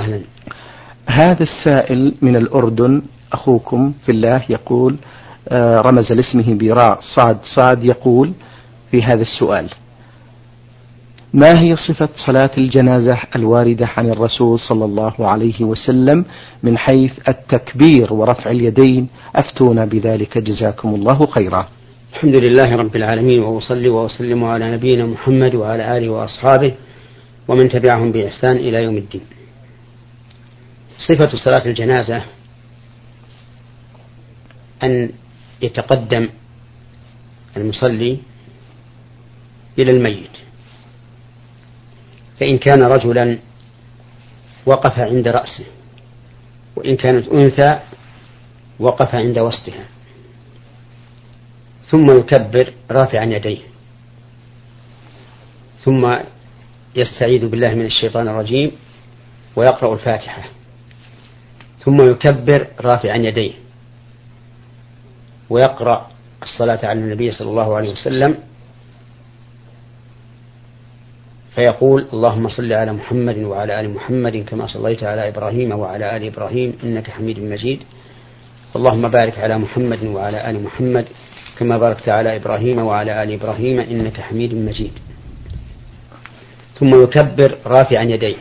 أهلا. هذا السائل من الأردن أخوكم في الله يقول رمز لاسمه براء صاد صاد، يقول في هذا السؤال: ما هي صفة صلاة الجنازة الواردة عن الرسول صلى الله عليه وسلم من حيث التكبير ورفع اليدين؟ أفتونا بذلك جزاكم الله خيرا. الحمد لله رب العالمين، وأصلي وأسلم على نبينا محمد وعلى آله وأصحابه ومن تبعهم بإحسان إلى يوم الدين. صفة صلاة الجنازة أن يتقدم المصلي إلى الميت، فإن كان رجلا وقف عند رأسه، وإن كانت أنثى وقف عند وسطها، ثم يكبر رافعا يديه، ثم يستعيذ بالله من الشيطان الرجيم ويقرأ الفاتحة، ثم يكبر رافعا يديه ويقرأ الصلاة على النبي صلى الله عليه وسلم، فيقول: اللهم صل على محمد وعلى آل محمد كما صليت على إبراهيم وعلى آل إبراهيم إنك حميد مجيد، اللهم بارك على محمد وعلى آل محمد كما باركت على إبراهيم وعلى آل إبراهيم إنك حميد مجيد. ثم يكبر رافعا يديه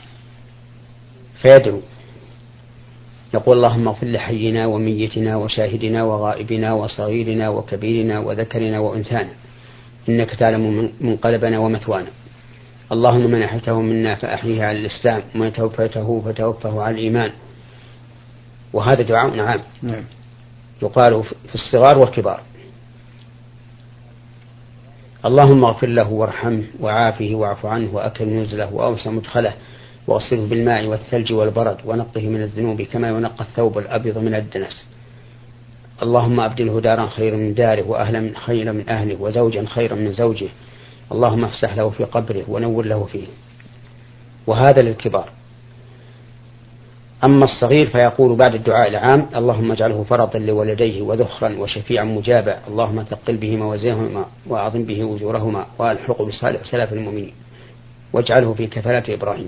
فيدعو، يقول: اللهم اغفر لحينا وميتنا وشاهدنا وغائبنا وصغيرنا وكبيرنا وذكرنا وأنثانا إنك تعلم منقلبنا ومثوانا، اللهم من أحيته منا فأحيه على الإسلام ومن توفيته فتوفه على الإيمان. وهذا دعاء عام يقال في الصغار والكبار. اللهم اغفر له وارحمه وعافه واعف عنه وأكرم نزله وأوسع مدخله واغسله بالماء والثلج والبرد ونقه من الذنوب كما ينقى الثوب الأبيض من الدنس، اللهم أبدله دارا خيرا من داره وأهلا خيرا من أهله وزوجا خيرا من زوجه، اللهم افسح له في قبره ونور له فيه. وهذا للكبار. أما الصغير فيقول بعد الدعاء العام: اللهم اجعله فرطا لولديه وذخرا وشفيعا مجابا، اللهم ثقل به موازينهما وأعظم به أجورهما وألحقه بصالح سلف المؤمنين واجعله في كفالة إبراهيم.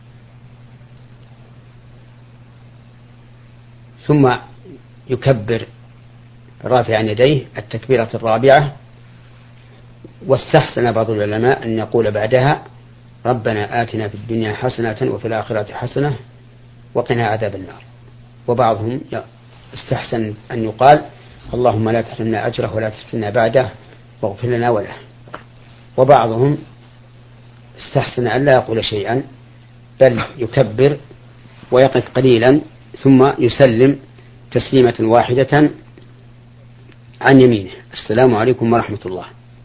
ثم يكبر رافعا يديه التكبيرة الرابعة، واستحسن بعض العلماء أن يقول بعدها: ربنا آتنا في الدنيا حسنة وفي الآخرة حسنة وقنا عذاب النار. وبعضهم استحسن أن يقال: اللهم لا تحرمنا أجره ولا تفتنا بعده واغفر لنا وله. وبعضهم استحسن أن لا يقول شيئا بل يكبر ويقف قليلا ثم يسلم تسليمة واحدة عن يمينه: السلام عليكم ورحمة الله.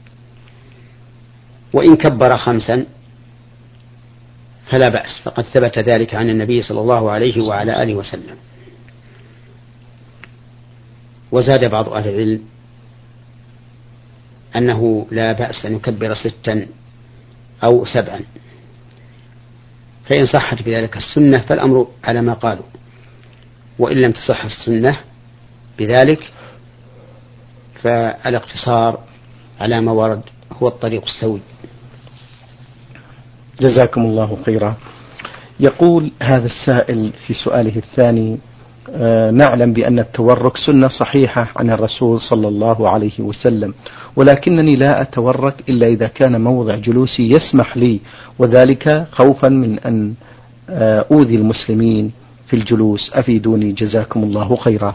وإن كبر 5 فلا بأس، فقد ثبت ذلك عن النبي صلى الله عليه وعلى آله وسلم. وزاد بعض أهل العلم أنه لا بأس أن يكبر 6 أو 7، فإن صحت بذلك السنة فالأمر على ما قالوا، وإن لم تصح السنة بذلك فالاقتصار على ما ورد هو الطريق السوي. جزاكم الله خيرا. يقول هذا السائل في سؤاله الثاني: نعلم بأن التورك سنة صحيحة عن الرسول صلى الله عليه وسلم، ولكنني لا أتورك إلا إذا كان موضع جلوسي يسمح لي، وذلك خوفا من أن أوذي المسلمين في الجلوس، أفيدوني جزاكم الله خيرا.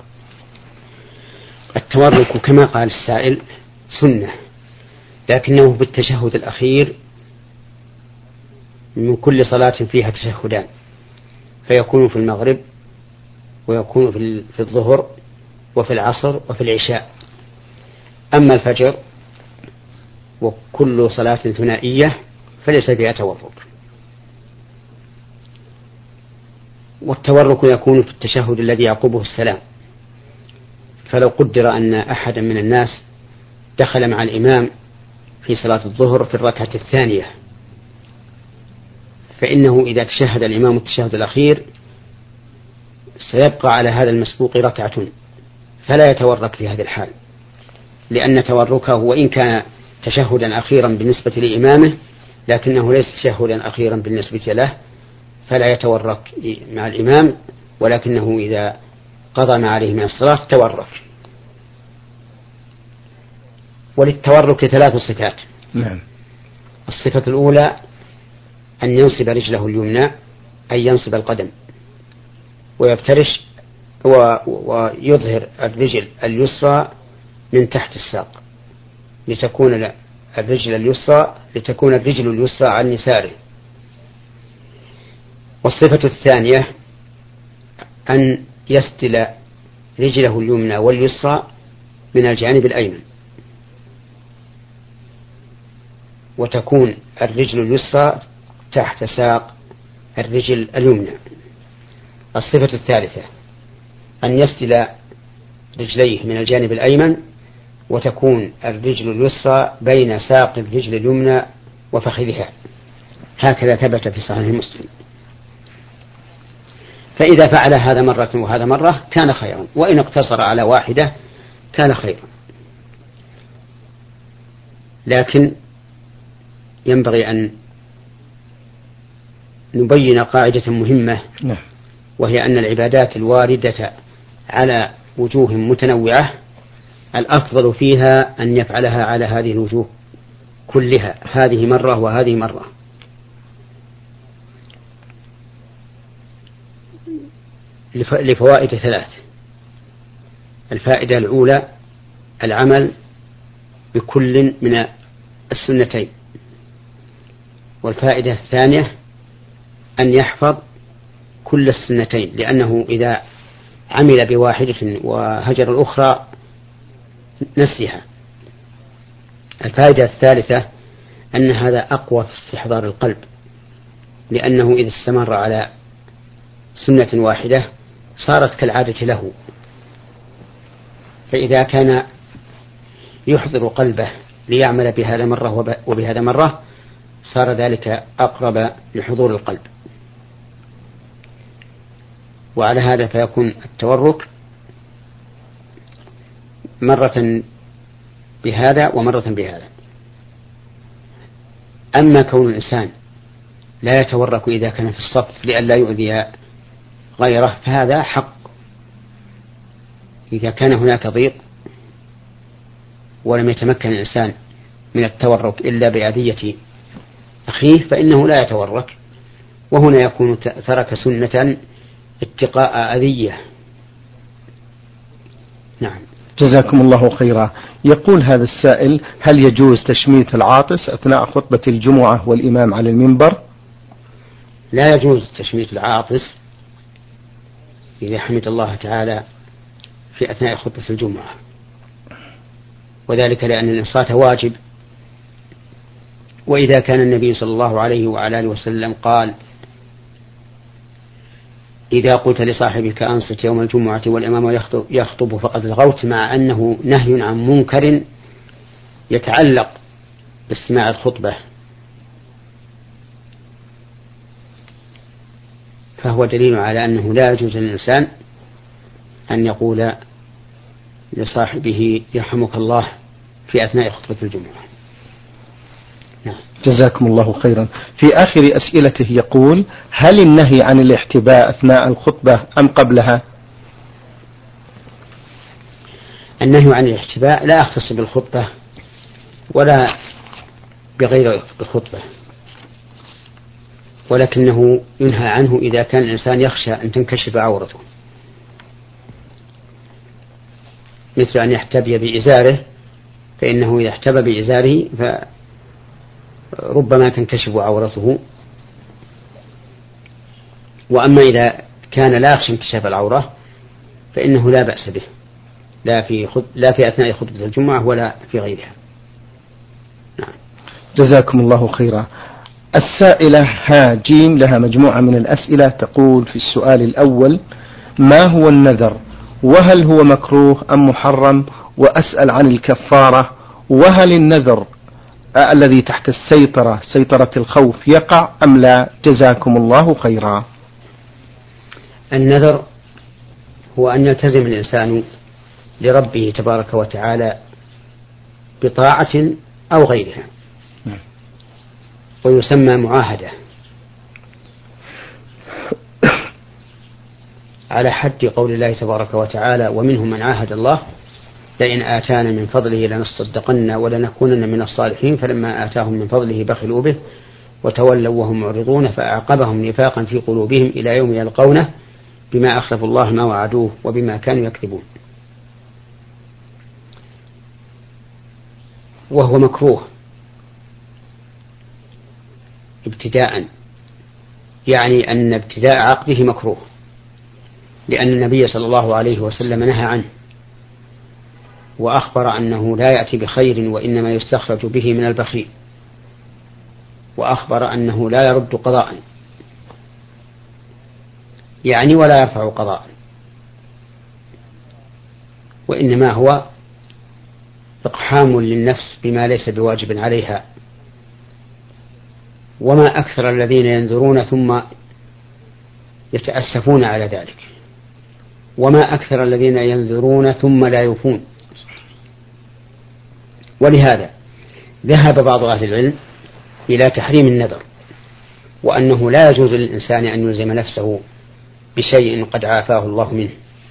التورك كما قال السائل سنة، لكنه بالتشهد الأخير من كل صلاة فيها تشهدان، فيكون في المغرب ويكون في الظهر وفي العصر وفي العشاء. أما الفجر وكل صلاة ثنائية فليس فيها تورك. والتورك يكون في التشهد الذي يعقبه السلام، فلو قدر أن أحدا من الناس دخل مع الإمام في صلاة الظهر في الركعة الثانية، فإنه إذا تشهد الإمام التشهد الأخير سيبقى على هذا المسبوق ركعة، فلا يتورك في هذه الحال، لأن توركه وإن كان تشهدا أخيرا بالنسبة لإمامه لكنه ليس تشهدا أخيرا بالنسبة له، فلا يتورك مع الإمام، ولكنه إذا قضى ما عليه من الصلاة تورك. وللتورك 3 صفات. نعم. الصفة الأولى أن ينصب رجله اليمنى، أي ينصب القدم ويفترش ويظهر الرجل اليسرى من تحت الساق لتكون الرجل اليسرى عن يساره. والصفة الثانية أن يسدل رجله اليمنى واليسرى من الجانب الأيمن، وتكون الرجل اليسرى تحت ساق الرجل اليمنى. الصفة الثالثة أن يسدل رجليه من الجانب الأيمن، وتكون الرجل اليسرى بين ساق الرجل اليمنى وفخذها، هكذا ثبت في صحيح مسلم. فإذا فعل هذا مرة وهذا مرة كان خيرا، وإن اقتصر على واحدة كان خيرا. لكن ينبغي أن نبين قاعدة مهمة، وهي أن العبادات الواردة على وجوه متنوعة الأفضل فيها أن يفعلها على هذه الوجوه كلها، هذه مرة وهذه مرة. لفوائد 3. الفائدة الأولى العمل بكل من السنتين، والفائدة الثانية أن يحفظ كل السنتين، لأنه إذا عمل بواحدة وهجر الأخرى نسيها. الفائدة الثالثة أن هذا أقوى في استحضار القلب، لأنه إذا استمر على سنة واحدة صارت كالعادة له، فإذا كان يحضر قلبه ليعمل بهذا مرة وبهذا مرة صار ذلك أقرب لحضور القلب. وعلى هذا فيكون التورك مرة بهذا ومرة بهذا. أما كون الإنسان لا يتورك إذا كان في الصف لئلا يؤذي غيره فهذا حق. إذا كان هناك ضيق ولم يتمكن الإنسان من التورك إلا بأذية أخيه فإنه لا يتورك، وهنا يكون ترك سنة اتقاء أذية. نعم. جزاكم الله خيرا. يقول هذا السائل: هل يجوز تشميت العاطس أثناء خطبة الجمعة والإمام على المنبر؟ لا يجوز تشميت العاطس إذا حمد الله تعالى في أثناء خطبة الجمعة، وذلك لأن الإنصات واجب. وإذا كان النبي صلى الله عليه وعلى آله وسلم قال: إذا قلت لصاحبك أنصت يوم الجمعة والإمام يخطب فقد لغوت، مع أنه نهي عن منكر يتعلق باستماع الخطبة، فهو دليل على أنه لا يجوز للإنسان أن يقول لصاحبه يرحمك الله في أثناء خطبة الجمعة. نعم. جزاكم الله خيرا. في آخر أسئلته يقول: هل النهي عن الاحتباء أثناء الخطبة أم قبلها؟ النهي عن الاحتباء لا يختص بالخطبة ولا بغير الخطبة، ولكنه ينهى عنه إذا كان الإنسان يخشى أن تنكشف عورته، مثل أن يحتبي بإزاره، فإنه إذا احتبى بإزاره فربما تنكشف عورته. وأما إذا كان لا يخشى انكشاف العورة فإنه لا بأس به، لا في أثناء خطبة الجمعة ولا في غيرها. نعم. جزاكم الله خيرا. السائلة جيم لها مجموعة من الأسئلة، تقول في السؤال الأول: ما هو النذر؟ وهل هو مكروه أم محرم؟ وأسأل عن الكفارة، وهل النذر الذي تحت السيطرة سيطرة الخوف يقع أم لا؟ جزاكم الله خيرا. النذر هو أن يلتزم الإنسان لربه تبارك وتعالى بطاعة أو غيرها، ويسمى معاهدة. على حد قول الله تبارك وتعالى: ومنهم من عاهد الله لئن آتانا من فضله لنصدقن ولنكونن من الصالحين فلما آتاهم من فضله بخلوا به وتولوا وهم معرضون فأعقبهم نفاقا في قلوبهم إلى يوم يلقونه بما أخلفوا الله ما وعدوه وبما كانوا يكذبون. وهو مكروه ابتداء، يعني أن ابتداء عقده مكروه، لأن النبي صلى الله عليه وسلم نهى عنه وأخبر أنه لا يأتي بخير وإنما يستخرج به من البخيل، وأخبر أنه لا يرد قضاء، يعني ولا يرفع قضاء، وإنما هو إقحام للنفس بما ليس بواجب عليها. وما أكثر الذين ينذرون ثم يتأسفون على ذلك، وما أكثر الذين ينذرون ثم لا يوفون. ولهذا ذهب بعض أهل العلم إلى تحريم النذر، وأنه لا يجوز للإنسان أن يلزم نفسه بشيء قد عافاه الله منه.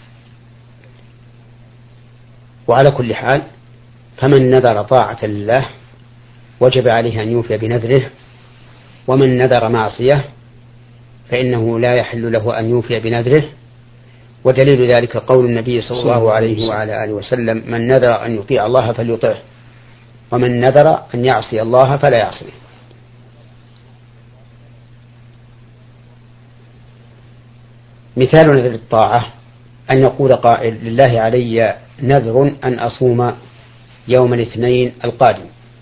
وعلى كل حال فمن نذر طاعة لله وجب عليه أن يوفي بنذره، ومن نذر معصية فإنه لا يحل له أن يوفي بنذره. ودليل ذلك قول النبي صلى الله عليه وعلى آله وسلم: من نذر أن يطيع الله فليطعه، ومن نذر أن يعصي الله فلا يعصيه. مثال نذر الطاعة أن يقول قائل: لله علي نذر أن أصوم يوم الاثنين القادم،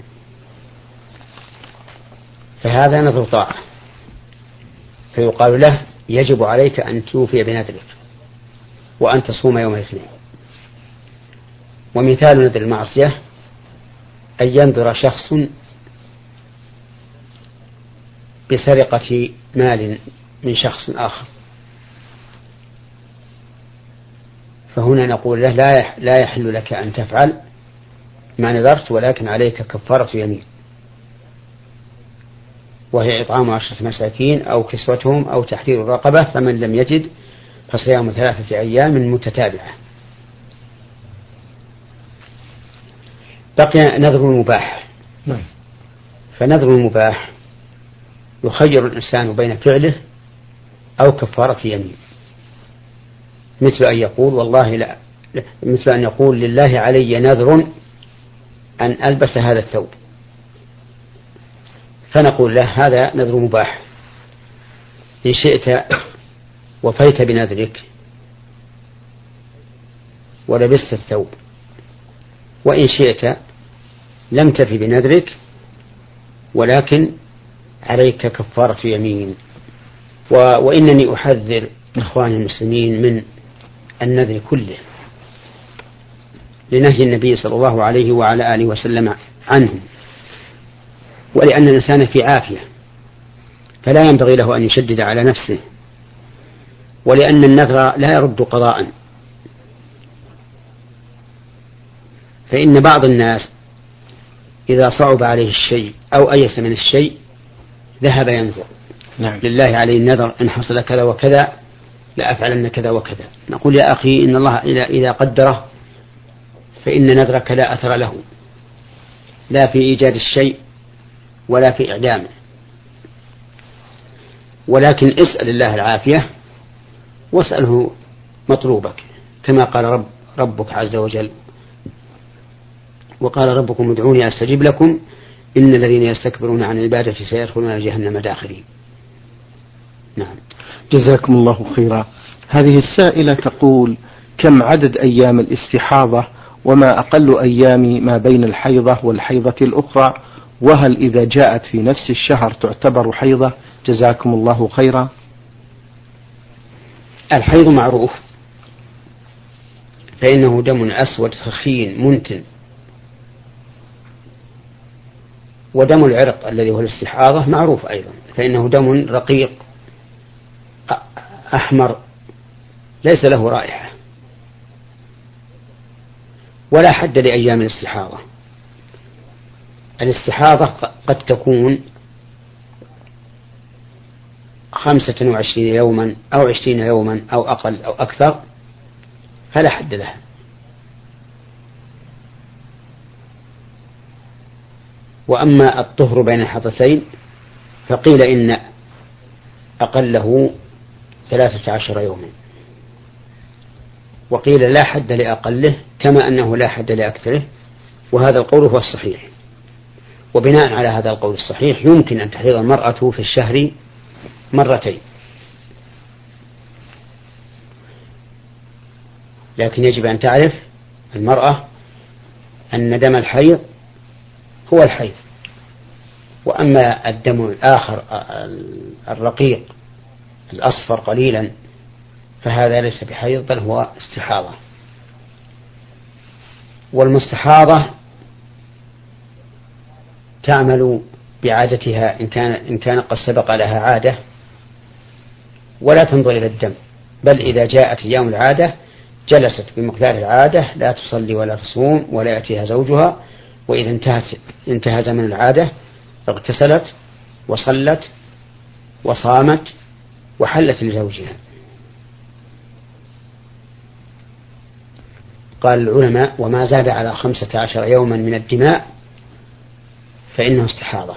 فهذا نذر طاعة، فيقال له: يجب عليك أن توفي بنذرك وأن تصوم يوم الاثنين. ومثال نذر المعصية أن ينذر شخص بسرقة مال من شخص آخر، فهنا نقول له: لا يحل لك أن تفعل ما نذرت، ولكن عليك كفارة يمين، وهي إطعام 10 مساكين أو كسوتهم أو تحرير رقبة، فمن لم يجد فصيام 3 أيام متتابعة. بقي نذر المباح. فنذر المباح يخير الإنسان بين فعله أو كفارة يمين، مثل أن يقول: والله لا، مثل أن يقول: لله علي نذر أن ألبس هذا الثوب، فنقول له: هذا نذر مباح، إن شئت وفيت بنذرك ولبست الثوب، وإن شئت لم تف بنذرك ولكن عليك كفارة يمين. وإنني أحذر إخواني المسلمين من النذر كله لنهي النبي صلى الله عليه وعلى آله وسلم عنه، ولأن الإنسان في عافية فلا ينبغي له أن يشدد على نفسه، ولأن النذر لا يرد قضاء. فإن بعض الناس إذا صعب عليه الشيء أو أيس من الشيء ذهب ينذر: نعم، لله عليه النذر إن حصل كذا وكذا لأفعلن كذا وكذا. نقول: يا أخي، إن الله إذا قدره فإن نذرك لا أثر له، لا في إيجاد الشيء ولا في إعدامه، ولكن اسأل الله العافية واسأله مطلوبك، كما قال ربك عز وجل: وقال ربكم ادعوني أستجب لكم إن الذين يستكبرون عن عبادتي سيدخلون جهنم داخرين. نعم. جزاكم الله خيرا. هذه السائلة تقول: كم عدد أيام الاستحاضة، وما أقل أيام ما بين الحيضة والحيضة الأخرى، وهل إذا جاءت في نفس الشهر تعتبر حيضة؟ جزاكم الله خيرا. الحيض معروف، فإنه دم أسود خخين منتن، ودم العرق الذي هو الاستحاضة معروف أيضا، فإنه دم رقيق أحمر ليس له رائحة، ولا حد لأيام الاستحاضة. الاستحاضة قد تكون 25 يوما أو 20 يوما أو أقل أو أكثر فلا حد لها. وأما الطهر بين الحدثين فقيل إن أقله 13 يوما، وقيل لا حد لأقله كما أنه لا حد لأكثره، وهذا القول هو الصحيح. وبناء على هذا القول الصحيح يمكن أن تحيض المرأة في الشهر مرتين، لكن يجب أن تعرف المرأة أن دم الحيض هو الحيض، وأما الدم الآخر الرقيق الأصفر قليلا فهذا ليس بحيض بل هو استحاضة. والمستحاضة تعمل بعادتها إن كان قد سبق لها عادة، ولا تنظر إلى الدم، بل إذا جاءت أيام العادة جلست بمقدار العادة لا تصلي ولا تصوم ولا يأتيها زوجها، وإذا انتهى زمن العادة اغتسلت وصلت وصامت وحلت لزوجها. قال العلماء: وما زاد على 15 يوما من الدماء فإنه استحاضة.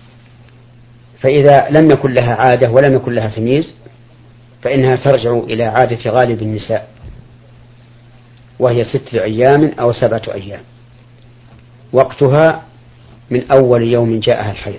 فإذا لم يكن لها عادة ولم يكن لها تمييز فإنها ترجع إلى عادة غالب النساء، وهي 6 أيام أو 7 أيام، وقتها من أول يوم جاءها الحيض.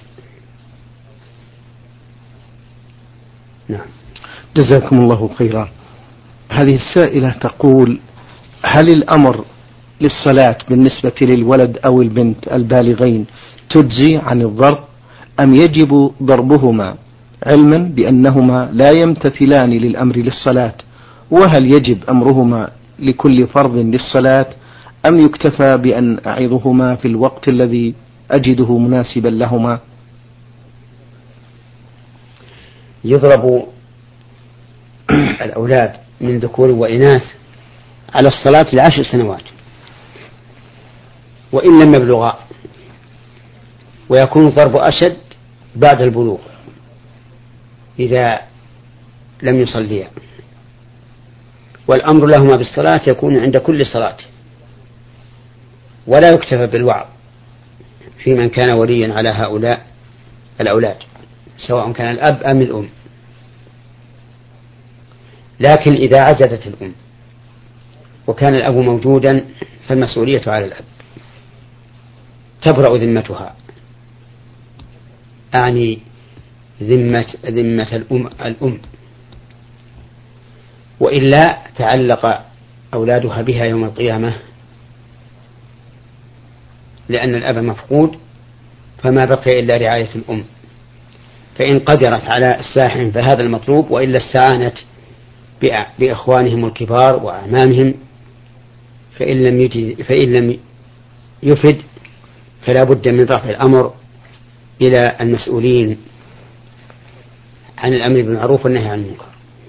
نعم. جزاكم الله خيرا. هذه السائلة تقول: هل الأمر للصلاة بالنسبة للولد أو البنت البالغين تجزي عن الضرب، أم يجب ضربهما، علما بأنهما لا يمتثلان للأمر للصلاة؟ وهل يجب أمرهما لكل فرض للصلاة، أم يكتفى بأن أعظهما في الوقت الذي أجده مناسبا لهما؟ يضرب الأولاد من ذكور وإناث على الصلاة ل10 سنوات وإن لم يبلغا، ويكون الضرب أشد بعد البلوغ إذا لم يصليا، والأمر لهما بالصلاة يكون عند كل صلاة، ولا يكتفى بالوعظ في من كان وليا على هؤلاء الأولاد سواء كان الأب أم الأم. لكن إذا عجزت الأم وكان الأب موجودا فالمسؤولية على الأب، تبرأ ذمتها، أعني ذمة الأم، وإلا تعلق أولادها بها يوم القيامة، لأن الأب مفقود فما بقي إلا رعاية الأم، فإن قدرت على إصلاحهم فهذا المطلوب، وإلا استعانت بإخوانهم الكبار وأعمامهم، فإن لم يفد فلا بد من رفع الأمر إلى المسؤولين عن الأمر بالمعروف والنهي عن المنكر.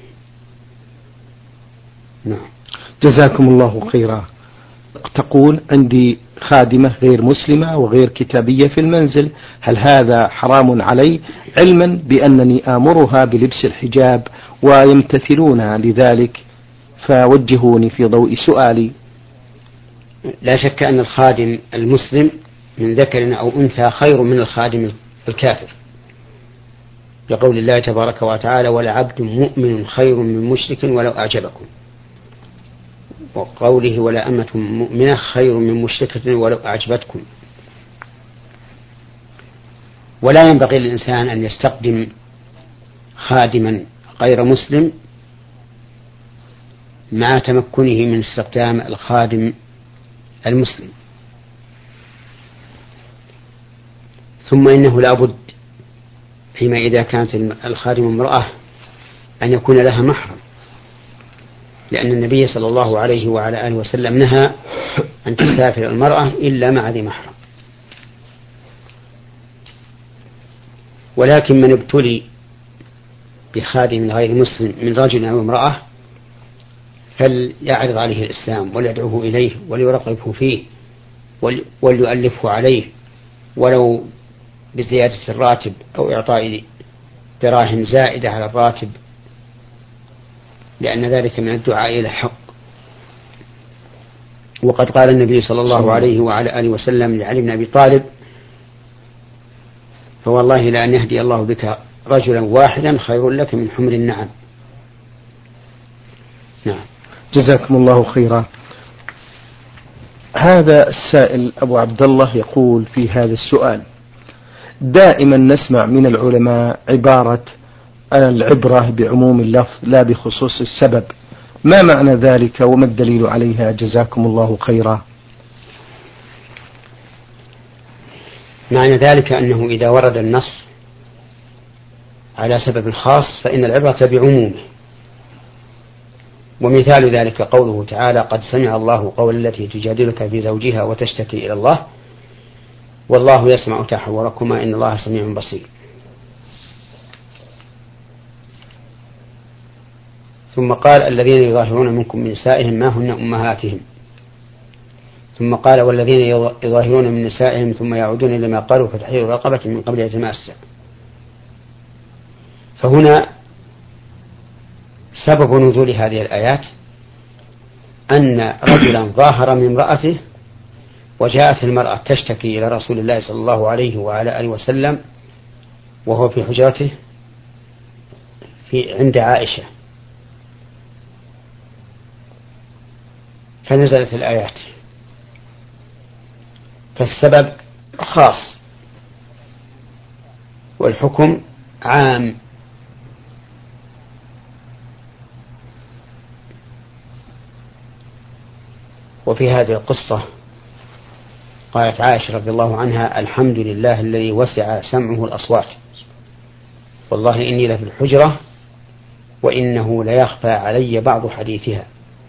نعم. جزاكم الله خيرا. تقول: عندي خادمة غير مسلمة وغير كتابية في المنزل، هل هذا حرام علي، علما بأنني آمرها بلبس الحجاب ويمتثلون لذلك، فوجهوني في ضوء سؤالي. لا شك أن الخادم المسلم من ذكر أو أنثى خير من الخادم الكافر، لقول الله تبارك وتعالى: ولعبد مؤمن خير من مشرك ولو أعجبكم، وقوله: ولا أمة مؤمنة خير من مشركة ولو أعجبتكم. ولا ينبغي للإنسان أن يستقدم خادما غير مسلم مع تمكنه من استخدام الخادم المسلم. ثم إنه لا بد فيما إذا كانت الخادم امرأة أن يكون لها محرم، لأن النبي صلى الله عليه وعلى آله وسلم نهى أن تسافر المرأة إلا مع ذي محرم. ولكن من ابتلي بخادم غير مسلم من رجل أو امرأة فليعرض عليه الإسلام وليدعوه إليه وليرغبه فيه وليؤلفه عليه ولو بزيادة الراتب أو إعطاء دراهم زائدة على الراتب، لأن ذلك من الدعاء إلى الحق. وقد قال النبي صلى الله عليه وعلى آله وسلم لعلي بن أبي طالب: فوالله لأن يهدي الله بك رجلا واحدا خير لك من حمر النعم. نعم. جزاكم الله خيرا. هذا السائل أبو عبد الله يقول في هذا السؤال: دائما نسمع من العلماء عبارة العبرة بعموم اللفظ لا بخصوص السبب، ما معنى ذلك وما الدليل عليها؟ جزاكم الله خيرا. معنى ذلك أنه إذا ورد النص على سبب خاص فإن العبرة بعمومه. ومثال ذلك قوله تعالى: قد سمع الله قول التي تجادلك في زوجها وتشتكي إلى الله والله يسمع تحوركما إن الله سميع بصير. ثم قال: الذين يظاهرون منكم من نسائهم ما هن أمهاتهم. ثم قال: والذين يظاهرون من نسائهم ثم يعودون لما قالوا فتحرير رقبة من قبل أن يتماسا. فهنا سبب نزول هذه الآيات أن رجلا ظاهر من امرأته، وجاءت المرأة تشتكي إلى رسول الله صلى الله عليه وعلى آله وسلم وهو في حجرته عند عائشة، فنزلت الآيات. فالسبب خاص والحكم عام. وفي هذه القصة قالت عائشة رضي الله عنها: الحمد لله الذي وسع سمعه الأصوات، والله إني لفي الحجرة وإنه ليخفى علي بعض حديثها.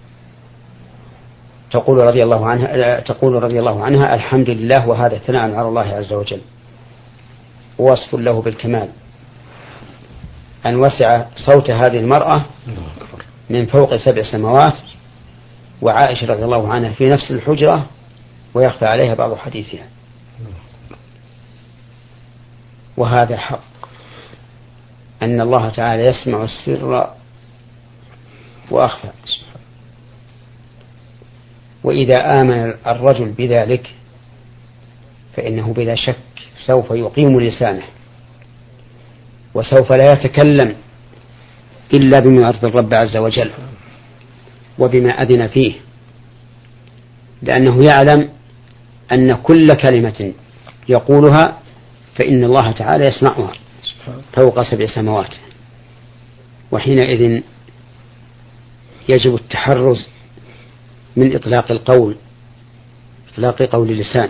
تقول رضي الله عنها: الحمد لله، وهذا ثناء على الله عز وجل ووصف له بالكمال، أن وسع صوت هذه المرأة من فوق 7 سماوات، وعائشة رضي الله عنها في نفس الحجرة ويخفى عليها بعض حديثها. وهذا حق، أن الله تعالى يسمع السر وأخفى. وإذا آمن الرجل بذلك فإنه بلا شك سوف يقيم لسانه، وسوف لا يتكلم إلا بما يرضي الرب عز وجل وبما أذن فيه، لأنه يعلم أن كل كلمة يقولها فإن الله تعالى يسمعها فوق 7 سماوات. وحينئذ يجب التحرز من إطلاق قول اللسان.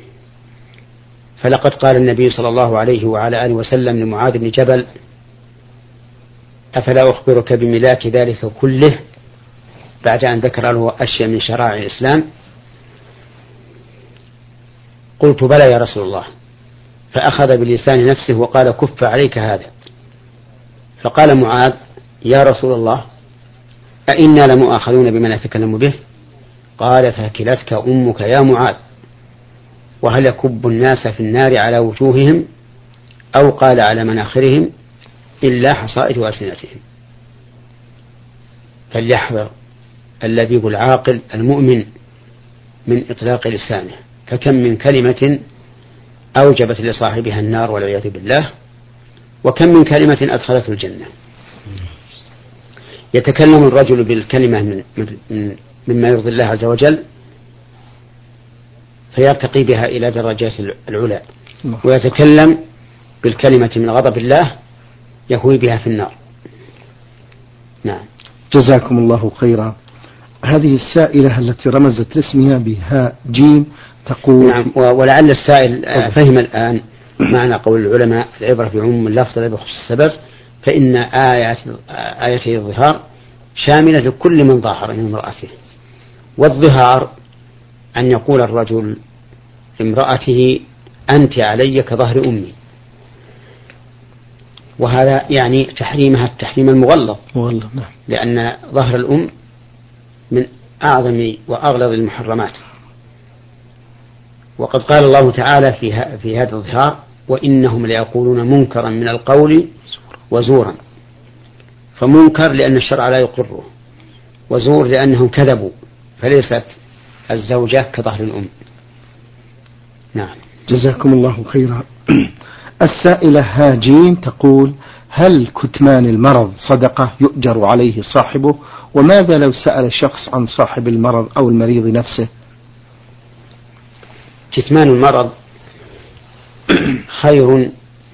فلقد قال النبي صلى الله عليه وعلى آله وسلم لمعاذ بن جبل: أفلا أخبرك بملاك ذلك كله، بعد أن ذكر له أشياء من شرائع الإسلام. قلت: بلى يا رسول الله. فأخذ بلسان نفسه وقال: كف عليك هذا. فقال معاذ: يا رسول الله، أئنا لمؤاخذون بما نتكلم به؟ قال: ثكلتك أمك يا معاذ، وهل يكب الناس في النار على وجوههم أو قال على مناخرهم إلا حصائد ألسنتهم. فليحذر اللبيب العاقل المؤمن من إطلاق لسانه، فكم من كلمة أوجبت لصاحبها النار والعياذ بالله، وكم من كلمة أدخلته الجنة. يتكلم الرجل بالكلمة مما يرضي الله عز وجل فيرتقي بها إلى درجات العلا، ويتكلم بالكلمة من غضب الله يهوي بها في النار. نعم. جزاكم الله خيرا. هذه السائلة التي رمزت لاسمها بهاء جيم تقول: نعم. ولعل السائل فهم الآن معنى قول العلماء: العبرة بعموم اللفظ لا بخصوص السبب، فإن آية الظهار شاملة لكل من ظاهر من امرأته. والظهار أن يقول الرجل لامرأته: أنت علي كظهر أمي، وهذا يعني تحريمها التحريم المغلظ، لأن ظهر الأم من أعظم وأغلظ المحرمات. وقد قال الله تعالى في هذا الظهار: وإنهم ليقولون منكرا من القول وزورا، فمنكر لأن الشرع لا يقره، وزور لأنهم كذبوا، فليست الزوجة كظهر الأم. نعم. جزاكم الله خيرا. السائلة هاجين تقول: هل كتمان المرض صدقة يؤجر عليه صاحبه؟ وماذا لو سأل شخص عن صاحب المرض أو المريض نفسه؟ كتمان المرض خير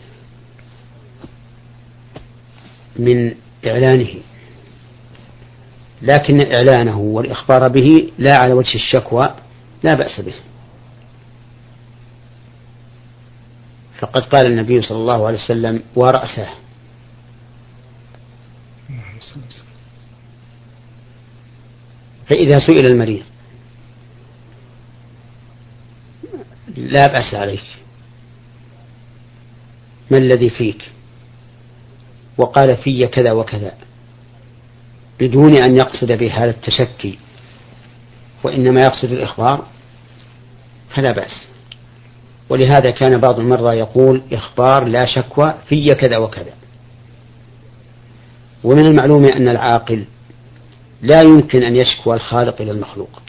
من إعلانه، لكن إعلانه والإخبار به لا على وجه الشكوى لا بأس به. فقد قال النبي صلى الله عليه وسلم: ورأسه. فإذا سئل المريض لا بأس عليك، ما الذي فيك؟ وقال: في كذا وكذا، بدون أن يقصد بهذا التشكي، وإنما يقصد الإخبار، فلا بأس. ولهذا كان بعض المرضى يقول: إخبار لا شكوى، في كذا وكذا. ومن المعلوم أن العاقل لا يمكن أن يشكوى الخالق إلى المخلوق،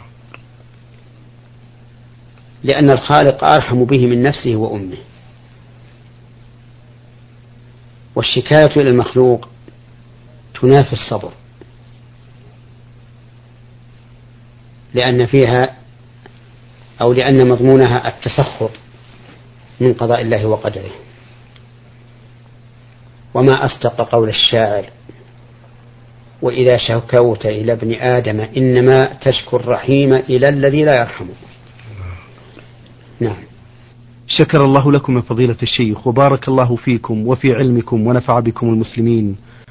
لأن الخالق أرحم به من نفسه وأمه، والشكاية إلى المخلوق تنافي الصبر، لأن فيها أو لأن مضمونها التسخط من قضاء الله وقدره. وما أصدق قول الشاعر: وإذا شكوت إلى ابن آدم إنما تشكو الرحيم إلى الذي لا يرحمه. نعم. شكر الله لكم من فضيلة الشيخ، وبارك الله فيكم وفي علمكم ونفع بكم المسلمين،